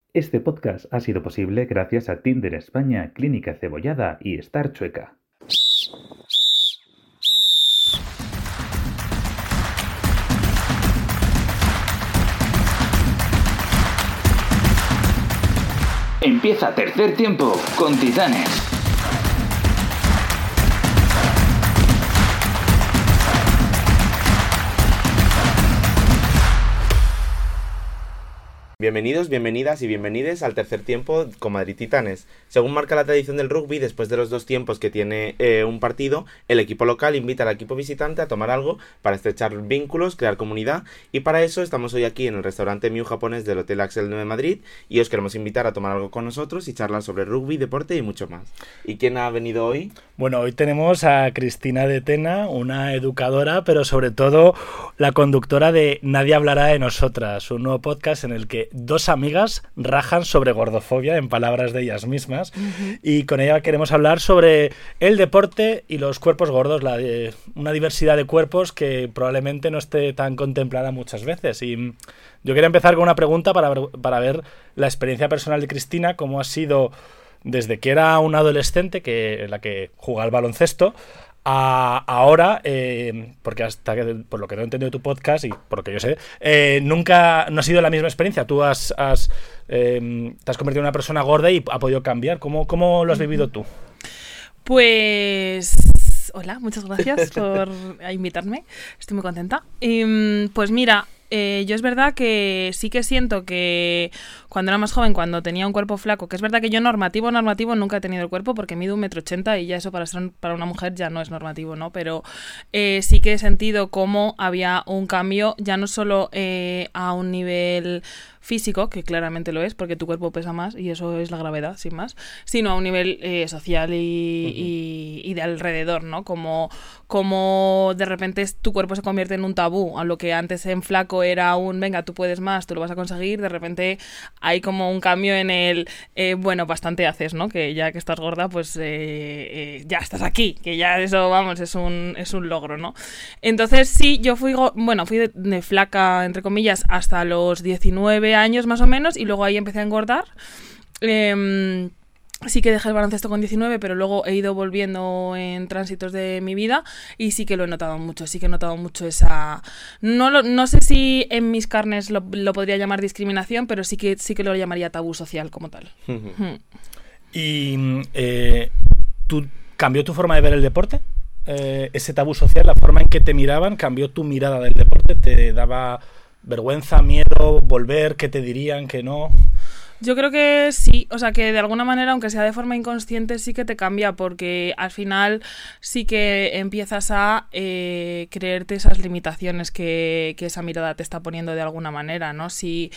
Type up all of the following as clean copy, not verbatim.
Este podcast ha sido posible gracias a Tinder España, Clínica Cebollada y Star Chueca. Empieza tercer tiempo con Titanes. Bienvenidos, bienvenidas y bienvenides al tercer tiempo con Madrid Titanes. Según marca la tradición del rugby, después de los dos tiempos que tiene un partido, el equipo local invita al equipo visitante a tomar algo para estrechar vínculos, crear comunidad, y para eso estamos hoy aquí en el restaurante Miu japonés del Hotel Axel de Madrid y os queremos invitar a tomar algo con nosotros y charlar sobre rugby, deporte y mucho más. ¿Y quién ha venido hoy? Bueno, hoy tenemos a Cristina de Tena, una educadora, pero sobre todo la conductora de Nadie hablará de nosotras, un nuevo podcast en el que dos amigas rajan sobre gordofobia, en palabras de ellas mismas, y con ella queremos hablar sobre el deporte y los cuerpos gordos, una diversidad de cuerpos que probablemente no esté tan contemplada muchas veces. Y yo quería empezar con una pregunta para ver la experiencia personal de Cristina, cómo ha sido desde que era una adolescente en la que jugaba al baloncesto, a ahora, porque hasta que, por lo que no he entendido de tu podcast y por lo que yo sé, nunca no ha sido la misma experiencia. Tú te has convertido en una persona gorda y ha podido cambiar. ¿Cómo lo has vivido tú? Pues hola, muchas gracias por invitarme. Estoy muy contenta. Pues mira, yo es verdad que sí que siento que cuando era más joven, cuando tenía un cuerpo flaco, que es verdad que yo normativo nunca he tenido el cuerpo porque mido 1,80 m y ya eso para una mujer ya no es normativo, ¿no? Pero sí que he sentido cómo había un cambio, ya no solo a un nivel físico, que claramente lo es, porque tu cuerpo pesa más y eso es la gravedad, sin más, sino a un nivel social y de alrededor, ¿no? Como de repente tu cuerpo se convierte en un tabú, a lo que antes en flaco era venga, tú puedes más, tú lo vas a conseguir, de repente hay como un cambio en el bueno, bastante haces, ¿no? Que ya que estás gorda, pues ya estás aquí, que ya eso, vamos, es un logro, ¿no? Entonces sí, yo fui de flaca, entre comillas, hasta los 19 años más o menos, y luego ahí empecé a engordar. Sí que dejé el baloncesto con 19, pero luego he ido volviendo en tránsitos de mi vida y sí que lo he notado mucho, esa... No sé si en mis carnes lo podría llamar discriminación, pero sí que lo llamaría tabú social como tal. ¿Y tú cambió tu forma de ver el deporte? Ese tabú social, la forma en que te miraban, ¿cambió tu mirada del deporte? ¿Te daba vergüenza, miedo, volver? ¿Qué te dirían, que no? Yo creo que sí, o sea que de alguna manera, aunque sea de forma inconsciente, sí que te cambia, porque al final sí que empiezas a creerte esas limitaciones que esa mirada te está poniendo de alguna manera, ¿no? Si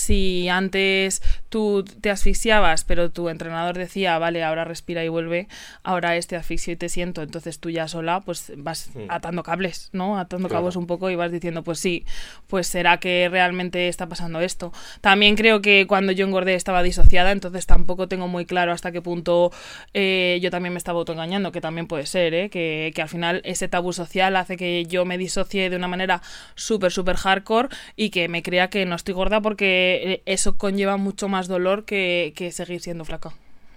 antes tú te asfixiabas, pero tu entrenador decía, vale, ahora respira y vuelve, ahora asfixio y te siento, entonces tú ya sola pues vas atando cables, ¿no? Atando cabos un poco y vas diciendo, pues sí, pues será que realmente está pasando esto. También creo que cuando yo engordé estaba disociada, entonces tampoco tengo muy claro hasta qué punto yo también me estaba autoengañando, que también puede ser, que al final ese tabú social hace que yo me disocie de una manera súper hardcore y que me crea que no estoy gorda, porque eso conlleva mucho más dolor que seguir siendo flaca.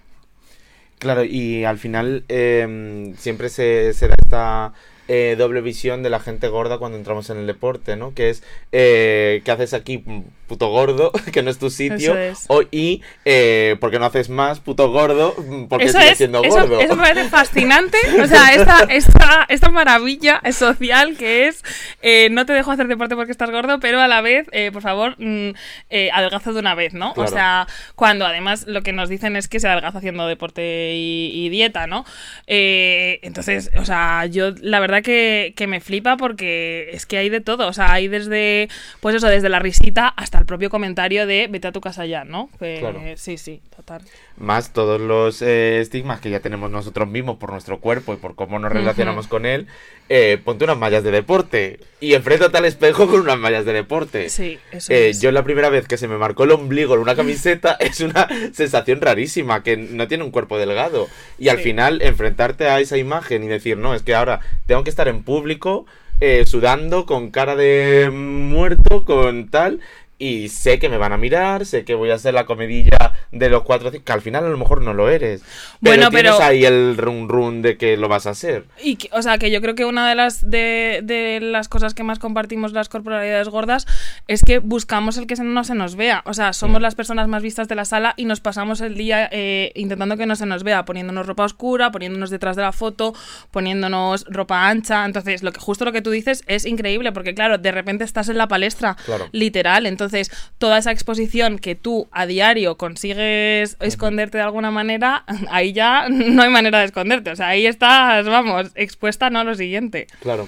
Claro, y al final siempre se da esta doble visión de la gente gorda cuando entramos en el deporte, ¿no? Que es, ¿qué haces aquí, puto gordo? Que no es tu sitio. Eso es. ¿Por qué no haces más, puto gordo? Porque sigues siendo gordo. Eso me parece fascinante. O sea, esta maravilla social que es, no te dejo hacer deporte porque estás gordo, pero a la vez, por favor, adelgaza de una vez, ¿no? Claro. O sea, cuando además lo que nos dicen es que se adelgaza haciendo deporte y dieta, ¿no? Entonces, o sea, yo la verdad que me flipa, porque es que hay de todo, o sea, hay desde la risita hasta el propio comentario de vete a tu casa ya, ¿no? Claro. Sí, total. Más todos los estigmas que ya tenemos nosotros mismos por nuestro cuerpo y por cómo nos relacionamos con él. Ponte unas mallas de deporte y enfréntate al espejo con unas mallas de deporte. Sí, eso es. Yo la primera vez que se me marcó el ombligo en una camiseta es una sensación rarísima, que no tiene un cuerpo delgado. Y al final enfrentarte a esa imagen y decir, no, es que ahora tengo que estar en público sudando, con cara de muerto, con tal... y sé que me van a mirar, sé que voy a ser la comidilla de los 4 o 5, que al final a lo mejor no lo eres. Pero tienes ahí el run de que lo vas a hacer. Y que, o sea, que yo creo que una de las cosas que más compartimos las corporalidades gordas es que buscamos el que no se nos vea. O sea, somos las personas más vistas de la sala y nos pasamos el día intentando que no se nos vea, poniéndonos ropa oscura, poniéndonos detrás de la foto, poniéndonos ropa ancha. Entonces, justo lo que tú dices es increíble, porque claro, de repente estás en la palestra, literal. Entonces, toda esa exposición que tú a diario consigues esconderte de alguna manera, ahí ya no hay manera de esconderte. O sea, ahí estás, vamos, expuesta, no a lo siguiente. Claro.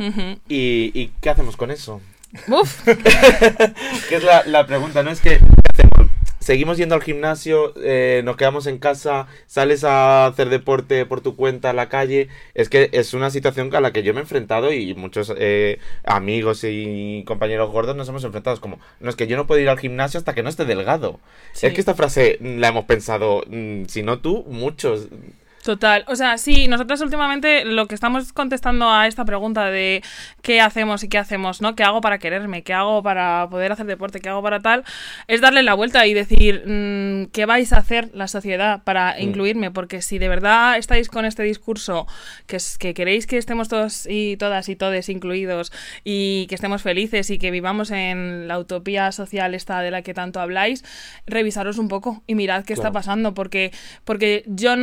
¿Y qué hacemos con eso? ¡Uf! Que es la pregunta, ¿no? Es que, ¿qué hacemos? Seguimos yendo al gimnasio, nos quedamos en casa, sales a hacer deporte por tu cuenta a la calle. Es que es una situación a la que yo me he enfrentado y muchos amigos y compañeros gordos nos hemos enfrentado. Es como, no, es que yo no puedo ir al gimnasio hasta que no esté delgado. Sí. Es que esta frase la hemos pensado, si no tú, muchos. Total, o sea, sí, nosotros últimamente lo que estamos contestando a esta pregunta de qué hacemos y qué hacemos, ¿no? ¿Qué hago para quererme? ¿Qué hago para poder hacer deporte? ¿Qué hago para tal? Es darle la vuelta y decir, ¿qué vais a hacer la sociedad para incluirme? Porque si de verdad estáis con este discurso que queréis que estemos todos y todas y todes incluidos y que estemos felices y que vivamos en la utopía social esta de la que tanto habláis, revisaros un poco y mirad qué está pasando, porque yo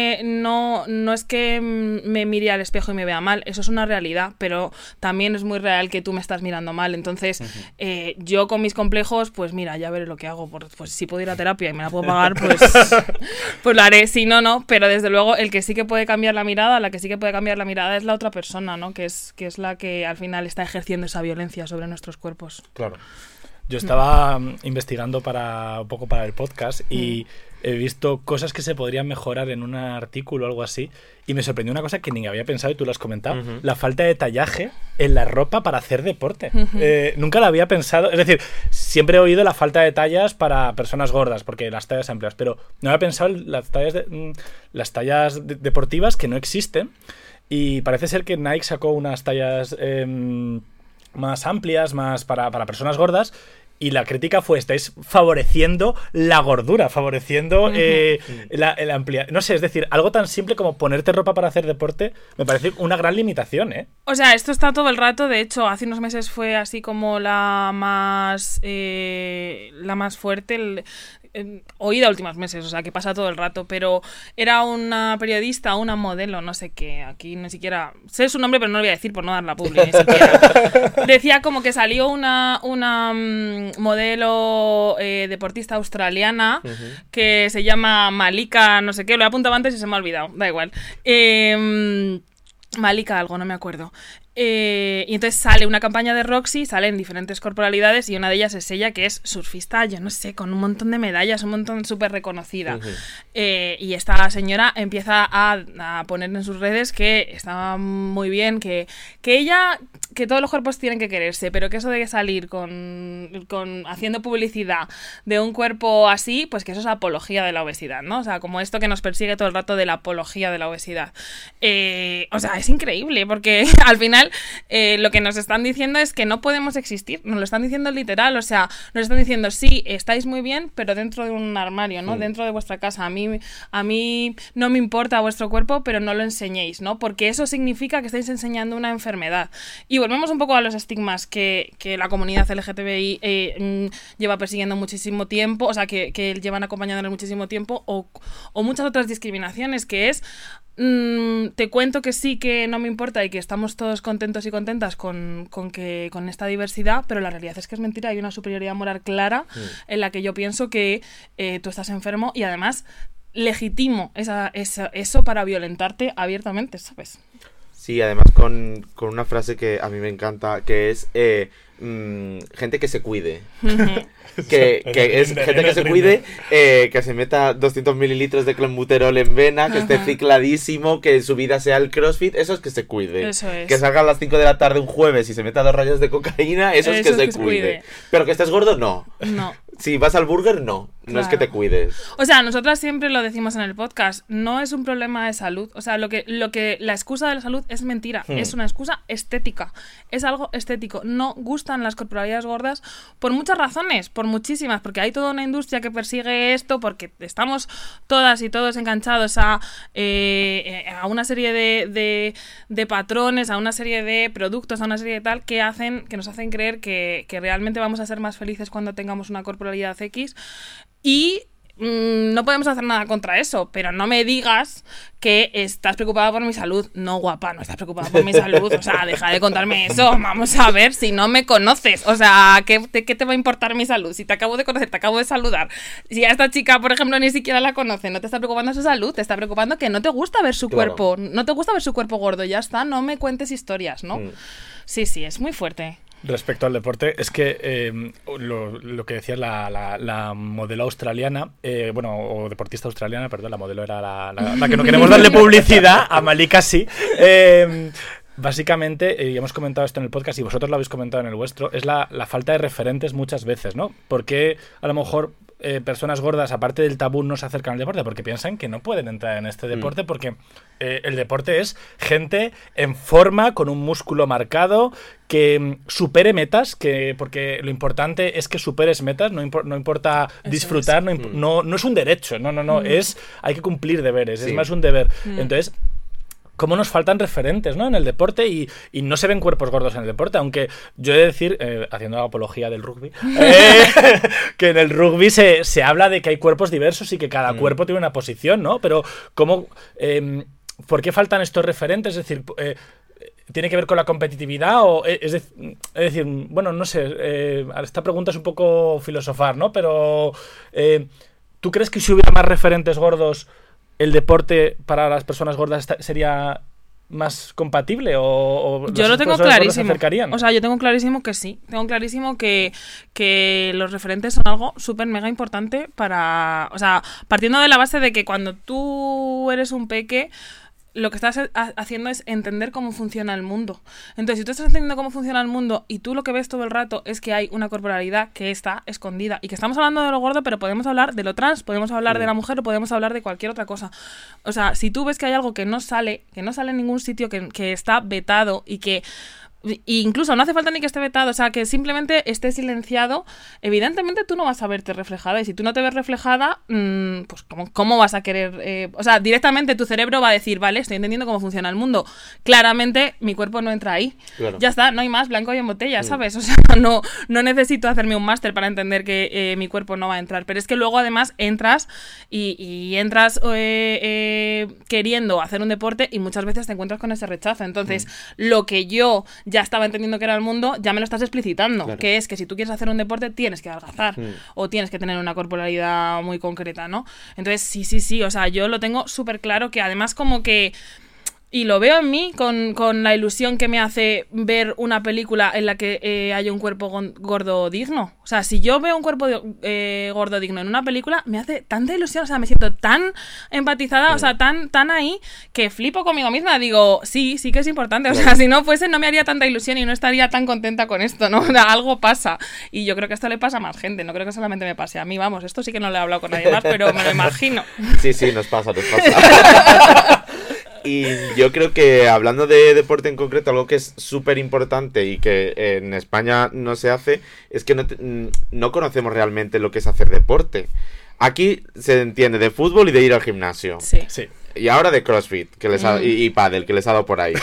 no es que me mire al espejo y me vea mal, eso es una realidad, pero también es muy real que tú me estás mirando mal. Entonces, yo con mis complejos, pues mira, ya veré lo que hago. Pues si puedo ir a terapia y me la puedo pagar, pues lo haré. Si no, pero desde luego el que sí que puede cambiar la mirada, es la otra persona, ¿no? Que es la que al final está ejerciendo esa violencia sobre nuestros cuerpos. Claro. Yo estaba investigando un poco para el podcast y he visto cosas que se podrían mejorar en un artículo o algo así, y me sorprendió una cosa que ni había pensado y tú lo has comentado, la falta de tallaje en la ropa para hacer deporte. Nunca la había pensado, es decir, siempre he oído la falta de tallas para personas gordas, porque las tallas amplias, pero no había pensado en las tallas deportivas que no existen, y parece ser que Nike sacó unas tallas más amplias, más para personas gordas. Y la crítica fue, estáis favoreciendo la gordura, favoreciendo la ampliación. No sé, es decir, algo tan simple como ponerte ropa para hacer deporte me parece una gran limitación, ¿eh? O sea, esto está todo el rato. De hecho, hace unos meses fue así como la más fuerte, oída últimos meses, o sea, que pasa todo el rato, pero era una periodista, una modelo, no sé qué, aquí ni siquiera sé su nombre, pero no lo voy a decir por no dar la publi, ni siquiera. Decía como que salió una modelo deportista australiana que se llama Malika, no sé qué, lo he apuntado antes y se me ha olvidado, da igual. Malika algo, no me acuerdo. Y entonces sale una campaña de Roxy, salen diferentes corporalidades y una de ellas es ella, que es surfista, yo no sé, con un montón de medallas, un montón súper reconocida. Y esta señora empieza a poner en sus redes que está muy bien, que ella, que todos los cuerpos tienen que quererse, pero que eso de salir con haciendo publicidad de un cuerpo así, pues que eso es apología de la obesidad, ¿no? O sea, como esto que nos persigue todo el rato de la apología de la obesidad. O sea, es increíble, porque al final lo que nos están diciendo es que no podemos existir, nos lo están diciendo literal, o sea, nos están diciendo, sí, estáis muy bien, pero dentro de un armario, ¿no? Dentro de vuestra casa. A mí no me importa vuestro cuerpo, pero no lo enseñéis, ¿no? Porque eso significa que estáis enseñando una enfermedad. Y volvemos un poco a los estigmas que la comunidad LGTBI lleva persiguiendo muchísimo tiempo, o sea, que llevan acompañándonos muchísimo tiempo, o muchas otras discriminaciones, que es te cuento que sí, que no me importa y que estamos todos contentos y contentas con esta diversidad, pero la realidad es que es mentira. Hay una superioridad moral clara en la que yo pienso que tú estás enfermo y además legitimo eso para violentarte abiertamente, ¿sabes? Sí, además con una frase que a mí me encanta, que es gente que se cuide. que es gente que se cuide, que se meta 200 mililitros de clenbuterol en vena, que esté cicladísimo, que su vida sea el CrossFit. Eso es que se cuide. Eso es. Que salga a las 5 de la tarde un jueves y se meta 2 rayas de cocaína. Eso es que se cuide. Pero que estés gordo, no. Si vas al burger, no es que te cuides. O sea, nosotras siempre lo decimos en el podcast, no es un problema de salud. O sea, lo que la excusa de la salud es mentira, es una excusa estética, es algo estético, no gusta gustan las corporalidades gordas por muchas razones, por muchísimas, porque hay toda una industria que persigue esto, porque estamos todas y todos enganchados a una serie de patrones, a una serie de productos, a una serie de tal, que nos hacen creer que realmente vamos a ser más felices cuando tengamos una corporalidad X. Y no podemos hacer nada contra eso, pero no me digas que estás preocupada por mi salud. No, guapa, no estás preocupada por mi salud. O sea, deja de contarme eso. Vamos a ver, si no me conoces. O sea, ¿qué te va a importar mi salud? Si te acabo de conocer, te acabo de saludar. Si a esta chica, por ejemplo, ni siquiera la conoce, no te está preocupando su salud, te está preocupando que no te gusta ver su cuerpo. No te gusta ver su cuerpo gordo, ya está. No me cuentes historias, ¿no? Sí, es muy fuerte. Respecto al deporte, es que lo que decías, la modelo australiana, o deportista australiana, perdón, la modelo era la que no queremos darle publicidad, a Malika sí. Básicamente, y hemos comentado esto en el podcast y vosotros lo habéis comentado en el vuestro, es la falta de referentes muchas veces, ¿no? Porque a lo mejor personas gordas, aparte del tabú, no se acercan al deporte porque piensan que no pueden entrar en este deporte porque el deporte es gente en forma, con un músculo marcado, que supere metas, porque lo importante es que superes metas, no importa disfrutar, no es un derecho, no, hay que cumplir deberes, es más un deber. Entonces, cómo nos faltan referentes, ¿no?, en el deporte y no se ven cuerpos gordos en el deporte, aunque yo he de decir, haciendo apología del rugby, que en el rugby se habla de que hay cuerpos diversos y que cada cuerpo tiene una posición, ¿no? Pero ¿por qué faltan estos referentes? Es decir, ¿tiene que ver con la competitividad? Es decir, bueno, no sé, esta pregunta es un poco filosofar, ¿no? Pero ¿tú crees que si hubiera más referentes gordos, el deporte para las personas gordas sería más compatible o yo lo tengo clarísimo. Se acercarían? O sea, yo tengo clarísimo que sí. Tengo clarísimo que los referentes son algo súper mega importante para... O sea, partiendo de la base de que cuando tú eres un peque, lo que estás haciendo es entender cómo funciona el mundo. Entonces, si tú estás entendiendo cómo funciona el mundo y tú lo que ves todo el rato es que hay una corporalidad que está escondida y que estamos hablando de lo gordo, pero podemos hablar de lo trans, podemos hablar de la mujer o podemos hablar de cualquier otra cosa. O sea, si tú ves que hay algo que no sale en ningún sitio, que está vetado y que... Y incluso no hace falta ni que esté vetado, o sea, que simplemente esté silenciado, evidentemente tú no vas a verte reflejada, y si tú no te ves reflejada, pues ¿cómo vas a querer? O sea, directamente tu cerebro va a decir, vale, estoy entendiendo cómo funciona el mundo, claramente mi cuerpo no entra ahí, claro. Ya está, no hay más, blanco y en botella, ¿sabes? O sea, no necesito hacerme un máster para entender que mi cuerpo no va a entrar, pero es que luego además entras y entras queriendo hacer un deporte y muchas veces te encuentras con ese rechazo, entonces lo que yo ya estaba entendiendo que era el mundo, ya me lo estás explicitando, claro. Que es que si tú quieres hacer un deporte tienes que adelgazar o tienes que tener una corporalidad muy concreta, ¿no? Entonces sí, o sea, yo lo tengo súper claro, que además como que... Y lo veo en mí con la ilusión que me hace ver una película en la que haya un cuerpo gordo digno. O sea, si yo veo un cuerpo gordo digno en una película, me hace tanta ilusión, o sea, me siento tan empatizada, o sea, tan ahí, que flipo conmigo misma. Digo, sí que es importante. O sea, si no fuese, no me haría tanta ilusión y no estaría tan contenta con esto, ¿no? O sea, algo pasa. Y yo creo que esto le pasa a más gente, no creo que solamente me pase a mí. Vamos, esto sí que no lo he hablado con nadie más, pero me lo imagino. Sí, nos pasa. Y yo creo que hablando de deporte en concreto, algo que es súper importante y que en España no se hace, es que no conocemos realmente lo que es hacer deporte. Aquí se entiende de fútbol y de ir al gimnasio. Sí. Y ahora de CrossFit y pádel, que les ha dado por ahí.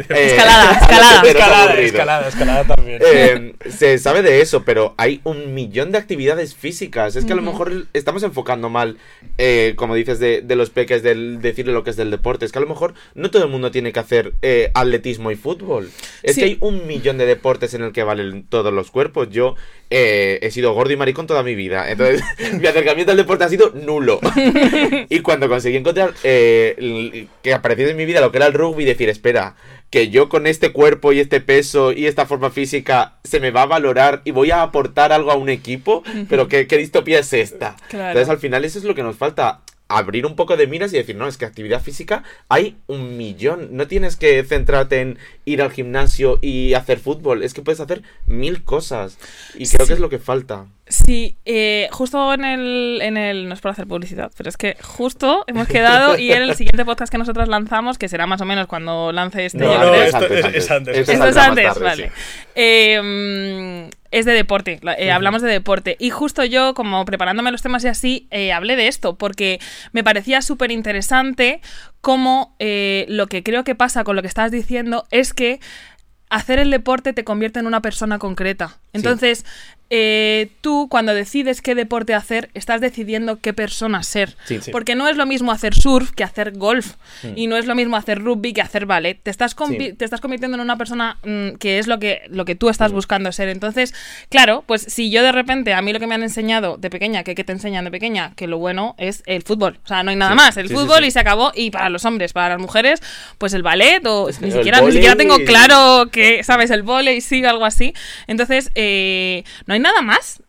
Escalada también. Se sabe de eso, pero hay 1.000.000 de actividades físicas. Es que a lo mejor estamos enfocando mal, como dices, de los peques, del decirle lo que es del deporte. Es que a lo mejor no todo el mundo tiene que hacer atletismo y fútbol. Es que hay 1.000.000 de deportes en el que valen todos los cuerpos. Yo he sido gordo y maricón toda mi vida. Entonces, mi acercamiento al deporte ha sido nulo. Y cuando conseguí encontrar... que apareciese en mi vida lo que era el rugby, y decir, espera, que yo con este cuerpo y este peso y esta forma física se me va a valorar y voy a aportar algo a un equipo, pero ¿qué distopía es esta? Claro. Entonces al final eso es lo que nos falta, abrir un poco de miras y decir, no, es que actividad física hay 1.000.000, no tienes que centrarte en ir al gimnasio y hacer fútbol, es que puedes hacer 1.000 cosas y creo que es lo que falta. Sí, justo en el... No es por hacer publicidad, pero es que justo hemos quedado y en el siguiente podcast que nosotros lanzamos, que será más o menos cuando lance este... No, yo esto creo. es antes. Esto es antes, tarde, vale. sí. Es de deporte, hablamos de deporte. Y justo yo, como preparándome los temas y así, hablé de esto, porque me parecía súper interesante cómo lo que creo que pasa con lo que estabas diciendo es que hacer el deporte te convierte en una persona concreta. Entonces, tú cuando decides qué deporte hacer, estás decidiendo qué persona ser. Sí. Porque no es lo mismo hacer surf que hacer golf. Y no es lo mismo hacer rugby que hacer ballet. Te estás convirtiendo en una persona que es lo que tú estás buscando ser. Entonces, claro, pues si yo de repente, a mí lo que me han enseñado de pequeña, que te enseñan de pequeña, que lo bueno es el fútbol. O sea, no hay nada más. El fútbol y se acabó. Y para los hombres, para las mujeres, pues el ballet o ni siquiera tengo claro que, ¿sabes? El vóley, sí, algo así. Entonces, no hay nada más.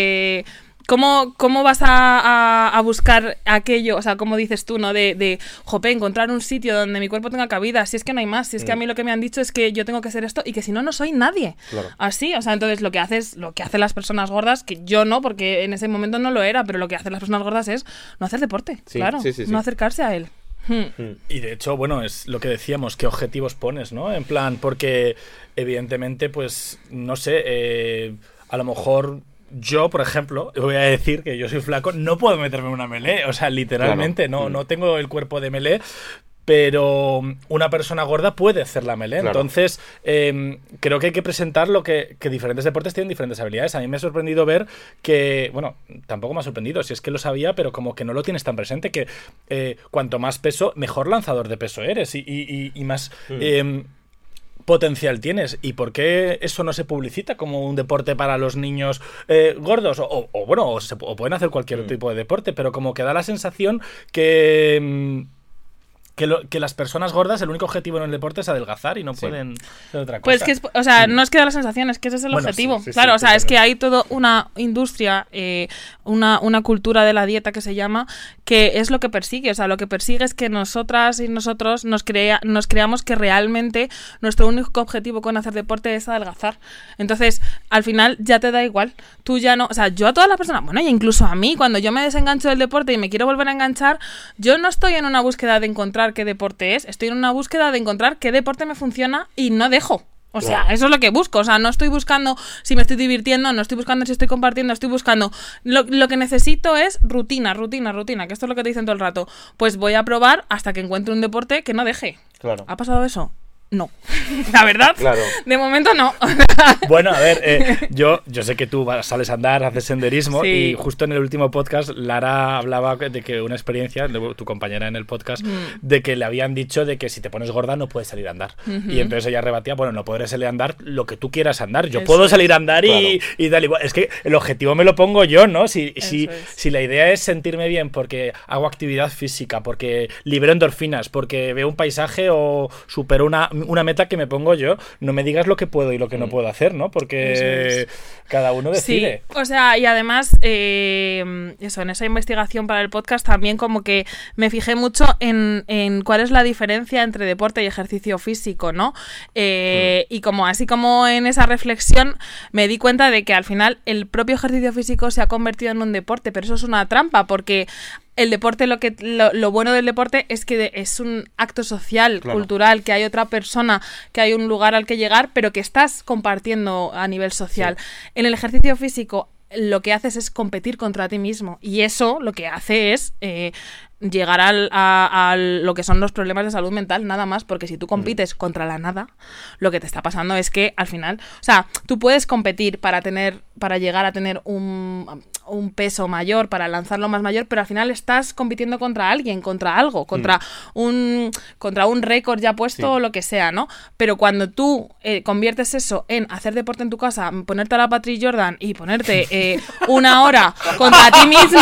¿Cómo vas a buscar aquello? O sea, como dices tú, ¿no? Jope, encontrar un sitio donde mi cuerpo tenga cabida. Si es que no hay más. Si es que a mí lo que me han dicho es que yo tengo que ser esto y que si no, no soy nadie. Claro. Así, o sea, entonces lo que hacen las personas gordas, que yo no, porque en ese momento no lo era, pero lo que hacen las personas gordas es no hacer deporte, claro. No acercarse a él. Y de hecho, bueno, es lo que decíamos, qué objetivos pones, ¿no? En plan, porque evidentemente, pues, no sé, a lo mejor yo, por ejemplo, voy a decir que yo soy flaco, no puedo meterme en una melee, o sea, literalmente, no tengo el cuerpo de melee, pero una persona gorda puede hacer la melee. Claro. Entonces, creo que hay que presentar lo que diferentes deportes tienen diferentes habilidades. A mí me ha sorprendido ver que, bueno, tampoco me ha sorprendido, si es que lo sabía, pero como que no lo tienes tan presente, que cuanto más peso, mejor lanzador de peso eres y más... potencial tienes. ¿Y por qué eso no se publicita como un deporte para los niños gordos? O pueden hacer cualquier tipo de deporte, pero como que da la sensación que las personas gordas, el único objetivo en el deporte es adelgazar y no pueden hacer otra cosa. Pues que o sea, no es que da la sensación, es que ese es el objetivo. Claro, o sea, es que hay toda una industria, una cultura de la dieta que se llama, que es lo que persigue. O sea, lo que persigue es que nosotras y nosotros nos creamos que realmente nuestro único objetivo con hacer deporte es adelgazar. Entonces, al final ya te da igual. Tú ya no... O sea, yo a todas las personas, bueno, y incluso a mí, cuando yo me desengancho del deporte y me quiero volver a enganchar, yo no estoy en una búsqueda de encontrar qué deporte es, estoy en una búsqueda de encontrar qué deporte me funciona y no dejo. O sea, eso es lo que busco. O sea, no estoy buscando si me estoy divirtiendo, no estoy buscando si estoy compartiendo, estoy buscando... Lo que necesito es rutina, que esto es lo que te dicen todo el rato. Pues voy a probar hasta que encuentre un deporte que no deje. Claro. ¿Ha pasado eso? No. La verdad, claro. De momento no. Bueno, a ver, yo sé que tú sales a andar, haces senderismo, y justo en el último podcast Lara hablaba de que una experiencia, tu compañera en el podcast, de que le habían dicho de que si te pones gorda no puedes salir a andar. Y entonces ella rebatía, bueno, no podré salir a andar lo que tú quieras andar. Yo puedo salir a andar y tal igual. Es que el objetivo me lo pongo yo, ¿no? Si la idea es sentirme bien porque hago actividad física, porque libero endorfinas, porque veo un paisaje o supero una meta que me pongo yo, no me digas lo que puedo y lo que no puedo hacer, ¿no? Porque cada uno decide. Sí, o sea, y además en esa investigación para el podcast también como que me fijé mucho en cuál es la diferencia entre deporte y ejercicio físico, ¿no? Y como así como en esa reflexión me di cuenta de que al final el propio ejercicio físico se ha convertido en un deporte, pero eso es una trampa porque el deporte, lo bueno del deporte es que es un acto social, cultural, que hay otra persona, que hay un lugar al que llegar, pero que estás compartiendo a nivel social. Sí. En el ejercicio físico lo que haces es competir contra ti mismo y eso lo que hace es llegar a lo que son los problemas de salud mental, nada más, porque si tú compites contra la nada, lo que te está pasando es que al final, o sea, tú puedes competir para llegar a tener un peso mayor, para lanzarlo más mayor, pero al final estás compitiendo contra alguien, contra algo, contra un récord ya puesto o lo que sea, ¿no? Pero cuando tú conviertes eso en hacer deporte en tu casa, ponerte a la Patrick Jordan y ponerte una hora contra ti misma,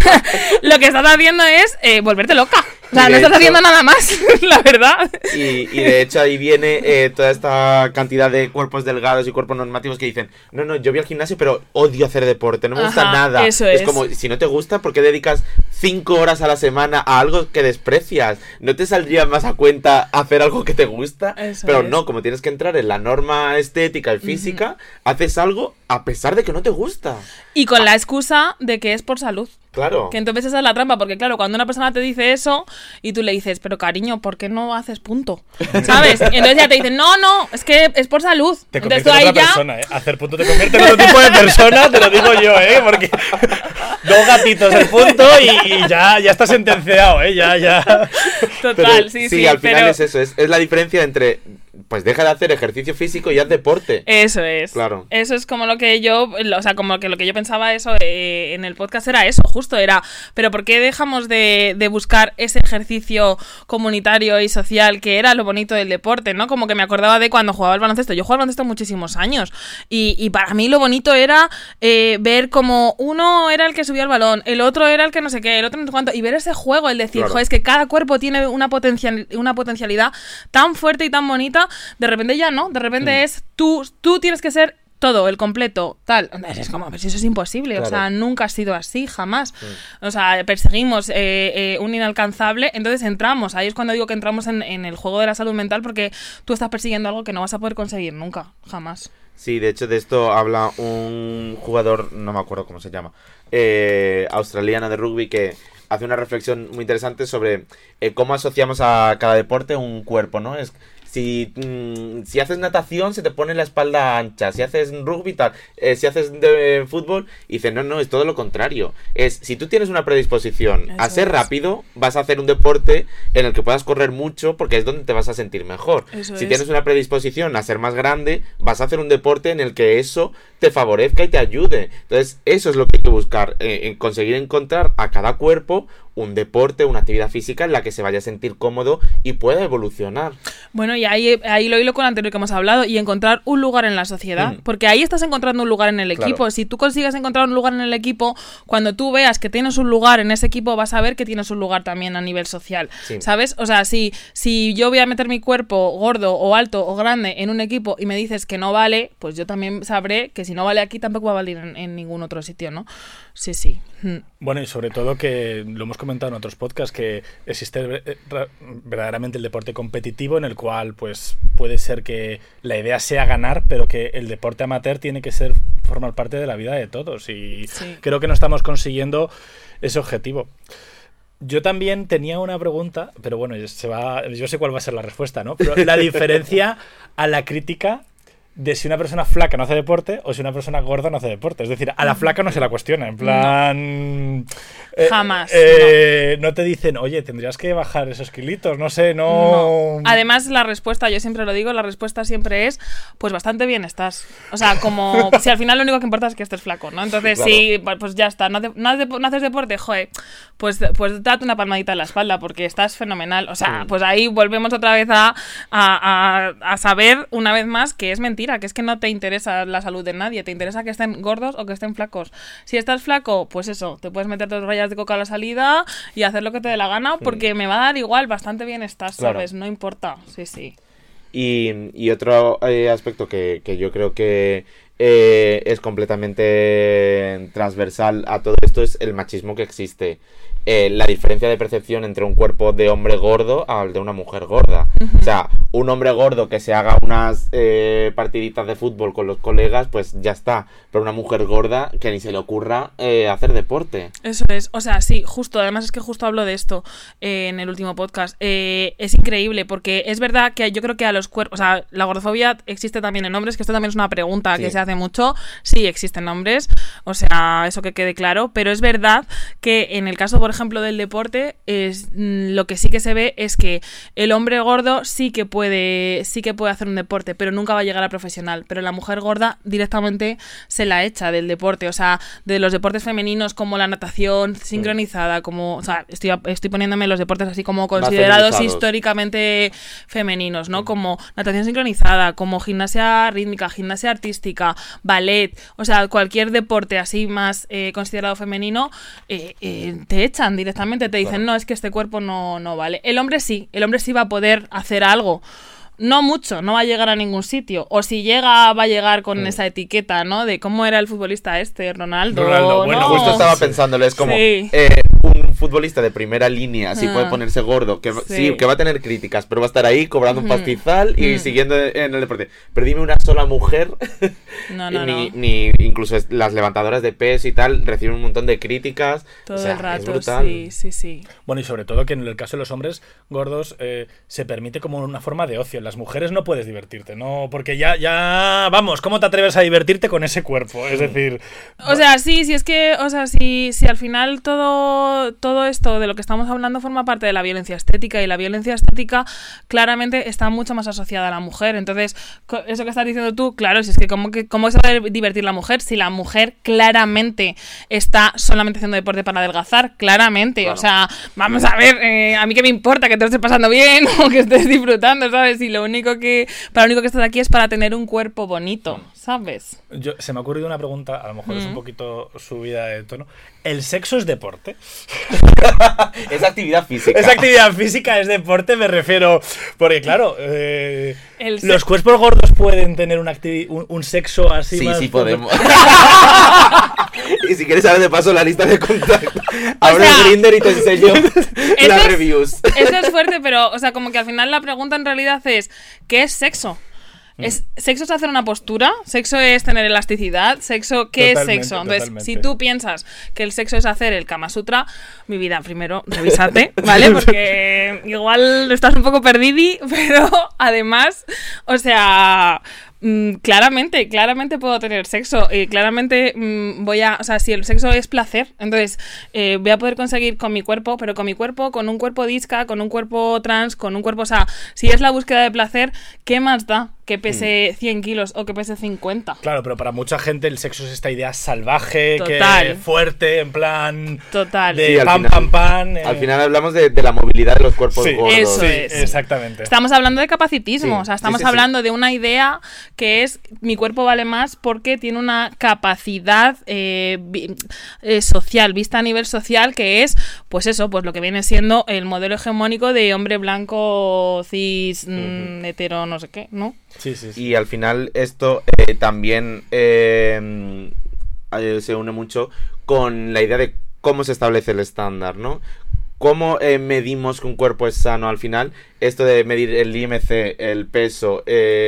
lo que estás haciendo es volverte loca. O sea, no estás haciendo nada más, la verdad. Y de hecho ahí viene toda esta cantidad de cuerpos delgados y cuerpos normativos que dicen, no, yo voy al gimnasio pero odio hacer deporte, no me gusta nada. Eso es como, si no te gusta, ¿por qué dedicas 5 horas a la semana a algo que desprecias? ¿No te saldría más a cuenta hacer algo que te gusta? Eso Pero es. no, como tienes que entrar en la norma estética y física, haces algo a pesar de que no te gusta. Y con la excusa de que es por salud. Claro. Que entonces esa es la trampa, porque claro, cuando una persona te dice eso y tú le dices, pero cariño, ¿por qué no haces punto? ¿Sabes? Entonces ya te dicen, no, es que es por salud. Te Entonces convierte en otra persona, ¿eh? Hacer punto te convierte en otro tipo de persona, te lo digo yo, ¿eh? Porque 2 gatitos el punto y ya está sentenciado, ¿eh? Ya. Total, Pero, sí, al final pero es eso, es la diferencia entre, pues deja de hacer ejercicio físico y haz deporte. eso es. Claro. Eso es como lo que yo, o sea, como que lo que yo pensaba eso en el podcast era eso, justo era, pero ¿por qué dejamos de buscar ese ejercicio comunitario y social que era lo bonito del deporte, ¿no? Como que me acordaba de cuando jugaba al baloncesto. Yo jugaba al baloncesto muchísimos años y para mí lo bonito era ver como uno era el que subía el balón, el otro era el que no sé qué, el otro no sé cuánto, y ver ese juego, el decir, Claro. joder, es que cada cuerpo tiene una potencialidad tan fuerte y tan bonita, de repente ya no, de repente es tú tienes que ser todo, el completo, tal. Es como, pero si eso es imposible, Claro. o sea, nunca ha sido así, jamás. O sea, perseguimos un inalcanzable, entonces entramos, ahí es cuando digo que entramos en el juego de la salud mental, porque tú estás persiguiendo algo que no vas a poder conseguir nunca, jamás. Sí, de hecho de esto habla un jugador, no me acuerdo cómo se llama, australiano de rugby, que hace una reflexión muy interesante sobre cómo asociamos a cada deporte un cuerpo, ¿no? Si haces natación se te pone la espalda ancha, si haces rugby tal, si haces de fútbol, y dice, no, es todo lo contrario. Si tú tienes una predisposición a Eso ser es. rápido, vas a hacer un deporte en el que puedas correr mucho porque es donde te vas a sentir mejor. Eso Si es. tienes una predisposición a ser más grande, vas a hacer un deporte en el que eso te favorezca y te ayude. Entonces, eso es lo que hay que buscar, en conseguir encontrar a cada cuerpo un deporte, una actividad física en la que se vaya a sentir cómodo y pueda evolucionar. Bueno, y ahí lo hilo con lo anterior que hemos hablado, y encontrar un lugar en la sociedad, porque ahí estás encontrando un lugar en el equipo. Claro. Si tú consigues encontrar un lugar en el equipo, cuando tú veas que tienes un lugar en ese equipo, vas a ver que tienes un lugar también a nivel social, Sí. ¿sabes? O sea, si yo voy a meter mi cuerpo gordo o alto o grande en un equipo y me dices que no vale, pues yo también sabré que si no vale aquí tampoco va a valer en ningún otro sitio, ¿no? Sí. Bueno, y sobre todo que lo hemos comentado en otros podcasts, que existe verdaderamente el deporte competitivo, en el cual pues puede ser que la idea sea ganar, pero que el deporte amateur tiene que formar parte de la vida de todos, y Sí. creo que no estamos consiguiendo ese objetivo. Yo también tenía una pregunta, pero bueno, yo sé cuál va a ser la respuesta, ¿no? Pero la diferencia a la crítica de si una persona flaca no hace deporte o si una persona gorda no hace deporte. Es decir, a la flaca no se la cuestiona, en plan... Jamás, no te dicen, oye, tendrías que bajar esos kilitos, no sé, no... Además, la respuesta, yo siempre lo digo, la respuesta siempre es, pues bastante bien estás. O sea, como si al final lo único que importa es que estés flaco, ¿no? Entonces, Claro. sí, pues ya está. No haces deporte, joder, pues date una palmadita en la espalda porque estás fenomenal. O sea, pues ahí volvemos otra vez a saber una vez más que es mentira, que es que no te interesa la salud de nadie, te interesa que estén gordos o que estén flacos. Si estás flaco, pues eso, te puedes meter 2 rayas de coca a la salida y hacer lo que te dé la gana porque me va a dar igual, bastante bien estás, Claro. ¿sabes? No importa, sí. Y otro aspecto que yo creo que es completamente transversal a todo esto es el machismo que existe. La diferencia de percepción entre un cuerpo de hombre gordo al de una mujer gorda. O sea, un hombre gordo que se haga unas partiditas de fútbol con los colegas, pues ya está. Pero una mujer gorda que ni se le ocurra hacer deporte. Eso es, o sea, sí, justo, además es que justo hablo de esto en el último podcast. Es increíble porque es verdad que yo creo que a los cuerpos, o sea, la gordofobia existe también en hombres, que esto también es una pregunta Sí. que se hace mucho. Sí, existen hombres, o sea, eso que quede claro, pero es verdad que en el caso, por ejemplo, del deporte, lo que sí que se ve es que el hombre gordo sí que puede hacer un deporte, pero nunca va a llegar a profesional, pero la mujer gorda directamente se la echa del deporte, o sea, de los deportes femeninos como la natación sincronizada, como, o sea, estoy poniéndome los deportes así como considerados feminizados. históricamente femeninos, ¿no? Como natación sincronizada, como gimnasia rítmica, gimnasia artística, ballet, o sea, cualquier deporte así más considerado femenino, te echan directamente, te dicen, Claro. no, es que este cuerpo no vale. El hombre sí va a poder hacer algo. No mucho, no va a llegar a ningún sitio. O si llega, va a llegar con esa etiqueta, ¿no? De cómo era el futbolista Ronaldo. Ronaldo, bueno, ¿no? Justo estaba pensándolo, es como Sí. un futbolista de primera línea sí puede ponerse gordo, que sí, que va a tener críticas, pero va a estar ahí cobrando un pastizal y siguiendo en el deporte. Pero dime una sola mujer, ni incluso las levantadoras de peso y tal, reciben un montón de críticas. Todo el rato, es brutal. Sí. Bueno, y sobre todo que en el caso de los hombres gordos se permite como una forma de ocio. En las mujeres no puedes divertirte, ¿no? Porque ya vamos, ¿cómo te atreves a divertirte con ese cuerpo? Es decir... O sea, sí, es que, o sea, si al final todo esto de lo que estamos hablando forma parte de la violencia estética, y la violencia estética claramente está mucho más asociada a la mujer. Entonces, eso que estás diciendo tú, claro, si es que ¿cómo se va a divertir la mujer si la mujer claramente está solamente haciendo deporte para adelgazar? Claramente, claro. O sea, vamos a ver, a mí qué me importa que te lo estés pasando bien o que estés disfrutando, ¿sabes? Y lo único que estás aquí es para tener un cuerpo bonito, ¿sabes? Se me ha ocurrido una pregunta, a lo mejor es un poquito subida de tono. ¿El sexo es deporte? Es actividad física. Es actividad física, es deporte, me refiero. Porque claro, los cuerpos gordos pueden tener un sexo así sí, más... Sí, podemos. Y si quieres saber de paso la lista de contactos, abro el Grindr y te enseño las reviews. Eso es fuerte, pero, o sea, como que al final la pregunta en realidad es, ¿qué es sexo? ¿Sexo es hacer una postura? ¿Sexo es tener elasticidad? ¿Qué es sexo? Entonces, si tú piensas que el sexo es hacer el Kama Sutra, mi vida, primero, revísate, ¿vale? Porque igual estás un poco perdidi, pero además, o sea... Claramente puedo tener sexo y claramente o sea, si el sexo es placer, entonces voy a poder conseguir con mi cuerpo, pero con mi cuerpo, con un cuerpo disca, con un cuerpo trans, con un cuerpo, o sea, si es la búsqueda de placer, ¿qué más da que pese 100 kilos o que pese 50? Claro, pero para mucha gente el sexo es esta idea salvaje, total, que fuerte, en plan total, de sí, pam. Al final hablamos de la movilidad de los cuerpos gordos. Eso es. Exactamente. Estamos hablando de capacitismo, sí, o sea, estamos hablando de una idea que es mi cuerpo vale más porque tiene una capacidad social, vista a nivel social, que es, pues eso, pues lo que viene siendo el modelo hegemónico de hombre blanco, cis, hetero, no sé qué, ¿no? Sí. Y al final esto también se une mucho con la idea de cómo se establece el estándar, ¿no? ¿Cómo medimos que un cuerpo es sano al final? Esto de medir el IMC, el peso,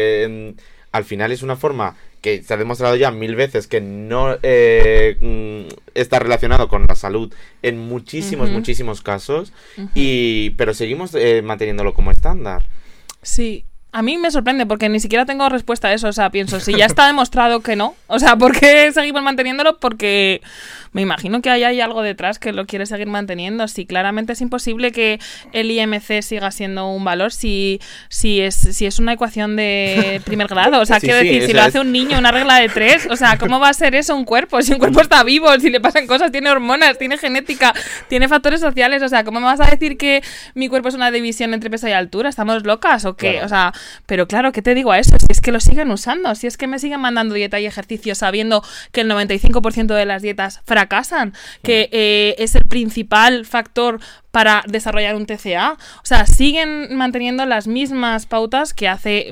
al final es una forma que se ha demostrado ya 1000 veces que no está relacionado con la salud en muchísimos casos, pero seguimos manteniéndolo como estándar. Sí. A mí me sorprende porque ni siquiera tengo respuesta a eso, o sea, pienso, si ya está demostrado que no, o sea, ¿por qué seguimos manteniéndolo? Porque me imagino que hay algo detrás que lo quiere seguir manteniendo. Si claramente es imposible que el IMC siga siendo un valor, si es una ecuación de primer grado, o sea, quiero decir, si lo hace un niño, una regla de 3, o sea, ¿cómo va a ser eso un cuerpo? Si un cuerpo está vivo, si le pasan cosas, tiene hormonas, tiene genética, tiene factores sociales, o sea, ¿cómo me vas a decir que mi cuerpo es una división entre peso y altura? ¿Estamos locas o qué? Claro. O sea, pero claro, ¿qué te digo a eso? Si es que lo siguen usando, si es que me siguen mandando dieta y ejercicio sabiendo que el 95% de las dietas fracasan, que es el principal factor para desarrollar un TCA. O sea, siguen manteniendo las mismas pautas que hace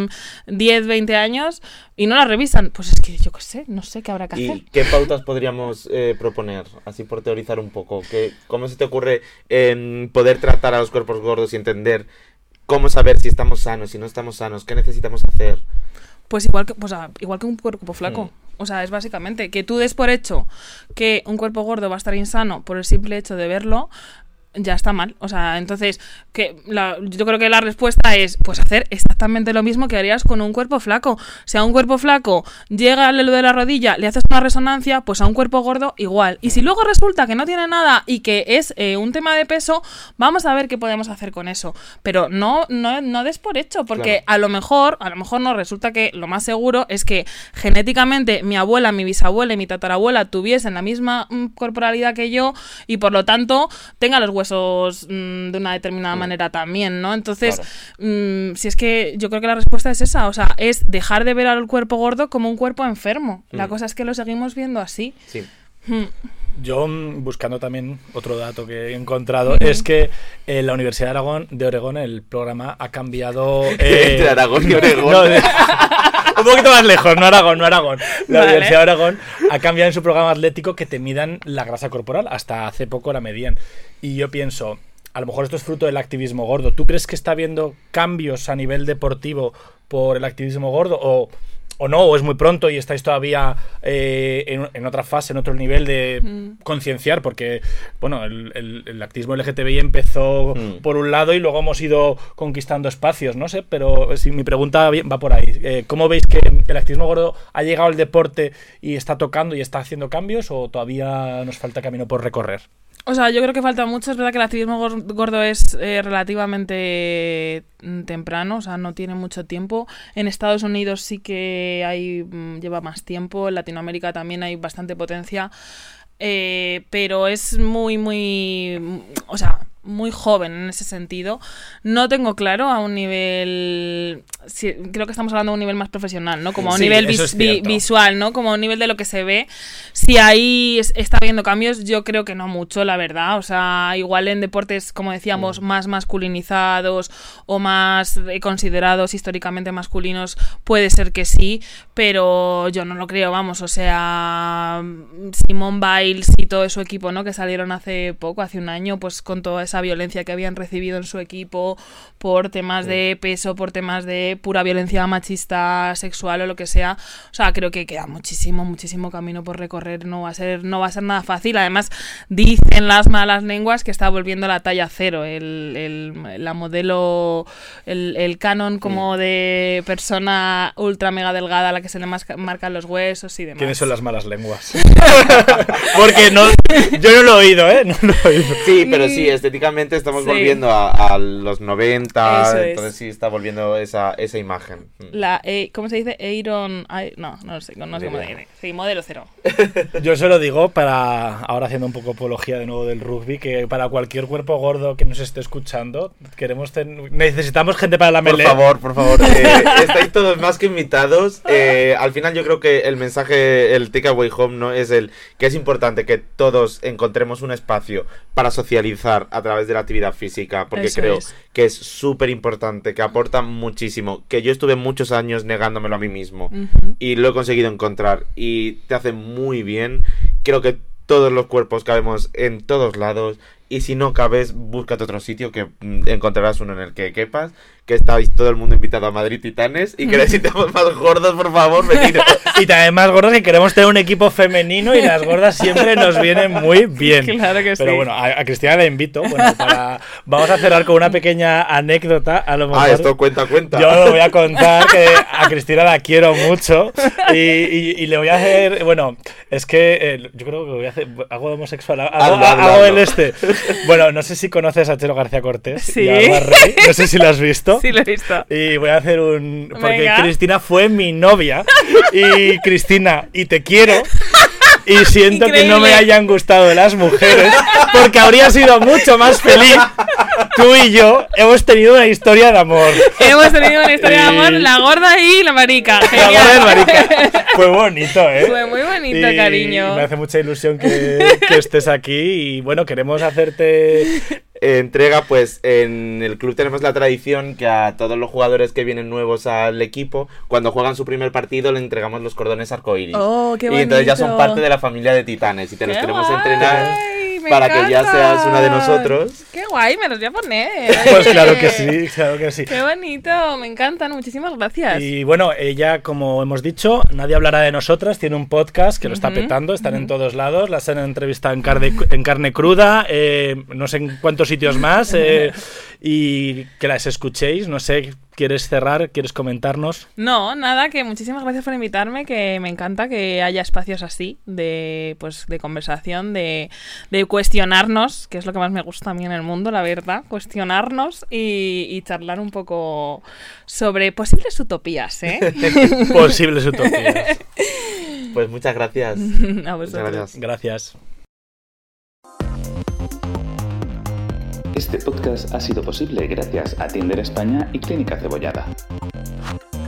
10, 20 años y no las revisan. Pues es que yo qué sé, no sé qué habrá que hacer. ¿Y qué pautas podríamos proponer? Así por teorizar un poco. ¿Cómo se te ocurre poder tratar a los cuerpos gordos y entender cómo saber si estamos sanos, si no estamos sanos, qué necesitamos hacer? Pues igual que un cuerpo flaco. O sea, es básicamente que tú des por hecho que un cuerpo gordo va a estar insano por el simple hecho de verlo, ya está mal. O sea, entonces, yo creo que la respuesta es, pues hacer exactamente lo mismo que harías con un cuerpo flaco. Si a un cuerpo flaco llega lo de la rodilla, le haces una resonancia, pues a un cuerpo gordo igual. Y si luego resulta que no tiene nada y que es un tema de peso, vamos a ver qué podemos hacer con eso. Pero no des por hecho, porque claro, a lo mejor no, resulta que lo más seguro es que genéticamente mi abuela, mi bisabuela y mi tatarabuela tuviesen la misma corporalidad que yo y por lo tanto tenga los huesos de una determinada manera también, ¿no? Entonces, claro, si es que yo creo que la respuesta es esa, o sea, es dejar de ver al cuerpo gordo como un cuerpo enfermo. La cosa es que lo seguimos viendo así. Sí. Yo, buscando también otro dato que he encontrado, es que en la Universidad de Oregón el programa ha cambiado... Entre Aragón y Oregón. No, un poquito más lejos, no Aragón. La Universidad de Oregón ha cambiado en su programa atlético que te midan la grasa corporal. Hasta hace poco la medían. Y yo pienso, a lo mejor esto es fruto del activismo gordo. ¿Tú crees que está habiendo cambios a nivel deportivo por el activismo gordo? ¿O no? ¿O es muy pronto y estáis todavía en otra fase, en otro nivel de concienciar? Porque, bueno, el activismo LGTBI empezó por un lado y luego hemos ido conquistando espacios, no sé, pero si mi pregunta va por ahí. ¿Cómo veis que el activismo gordo ha llegado al deporte y está tocando y está haciendo cambios, o todavía nos falta camino por recorrer? O sea, yo creo que falta mucho. Es verdad que el activismo gordo es relativamente temprano, o sea, no tiene mucho tiempo. En Estados Unidos sí que lleva más tiempo, en Latinoamérica también hay bastante potencia, pero es o sea, muy joven en ese sentido. No tengo claro a un nivel... Sí, creo que estamos hablando de un nivel más profesional, ¿no? Como a un nivel visual, ¿no? Como a un nivel de lo que se ve. Si ahí está habiendo cambios, yo creo que no mucho, la verdad. O sea, igual en deportes, como decíamos, más masculinizados o más considerados históricamente masculinos, puede ser que sí, pero yo no lo creo, vamos. O sea, Simone Biles y todo su equipo, ¿no? Que salieron hace un año, pues con toda esa violencia que habían recibido en su equipo por temas de peso, por temas de pura violencia machista, sexual o lo que sea. O sea, creo que queda muchísimo camino por recorrer. No va a ser nada fácil. Además, dicen las malas lenguas que está volviendo la talla cero, la modelo, el canon como de persona ultra mega delgada a la que se le marcan los huesos y demás. ¿Quiénes son las malas lenguas? Porque yo no lo he oído, ¿eh? No lo he oído. Sí, pero sí, estéticamente estamos volviendo a los 90, Eso entonces sí está volviendo esa imagen. ¿Cómo se dice? No sé cómo dice. Sí, modelo cero. Yo se lo digo ahora haciendo un poco apología de nuevo del rugby, que para cualquier cuerpo gordo que nos esté escuchando, necesitamos gente para la melee. Por favor, estáis todos más que invitados. Al final yo creo que el mensaje, el takeaway home, ¿no? Es que es importante que todos encontremos un espacio para socializar a través de la actividad física, porque creo que es súper importante, que aporta muchísimo, que yo estuve muchos años negándomelo a mí mismo y lo he conseguido encontrar y te hace muy bien. Creo que todos los cuerpos cabemos en todos lados, y si no cabes, búscate otro sitio que encontrarás uno en el que quepas, que estáis todo el mundo invitado a Madrid Titanes, y que necesitamos más gordos, por favor, veniros. Y también más gordos, que queremos tener un equipo femenino y las gordas siempre nos vienen muy bien. Claro que sí. Pero bueno, a Cristina la invito. Vamos a cerrar con una pequeña anécdota. A lo mejor, esto cuenta. Yo lo voy a contar, que a Cristina la quiero mucho y le voy a hacer... Bueno, es que yo creo que voy a hacer algo de homosexual. Hago el Bueno, no sé si conoces a Chelo García Cortés. Sí. Y a Alba Rey. No sé si lo has visto. Sí, lo he visto. Y voy a hacer porque Venga. Cristina fue mi novia. Y Cristina, y te quiero. Y siento Increíble. que no me hayan gustado las mujeres, porque habría sido mucho más feliz. Tú y yo hemos tenido una historia de amor. Hemos tenido una historia de amor, la gorda y la marica. La Genial. gorda del marica. Fue bonito, ¿eh? Fue muy bonito, Y cariño. me hace mucha ilusión que estés aquí. Y bueno, queremos hacerte... Entrega, pues en el club tenemos la tradición que a todos los jugadores que vienen nuevos al equipo, cuando juegan su primer partido, le entregamos los cordones arcoíris. Oh, qué y entonces ya son bonito. parte de la familia de Titanes y te los ¡Qué queremos guay! entrenar Me para que ya encantan. seas una de nosotros. Qué guay, me los voy a poner. Pues claro que sí, claro que sí. Qué bonito, me encantan, muchísimas gracias. Y bueno, ella, como hemos dicho, Nadie hablará de nosotras, tiene un podcast que lo está petando, están en todos lados, las han entrevistado en carne cruda, no sé en cuántos sitios más, y que las escuchéis. No sé, ¿quieres cerrar? ¿Quieres comentarnos? No, nada, que muchísimas gracias por invitarme, que me encanta que haya espacios así de conversación, de cuestionarnos, que es lo que más me gusta a mí en el mundo, la verdad, cuestionarnos y charlar un poco sobre posibles utopías, ¿eh? Posibles utopías. Pues muchas gracias. A vosotros. Muchas gracias. Gracias. Este podcast ha sido posible gracias a Tinder España y Clínica Cebollada.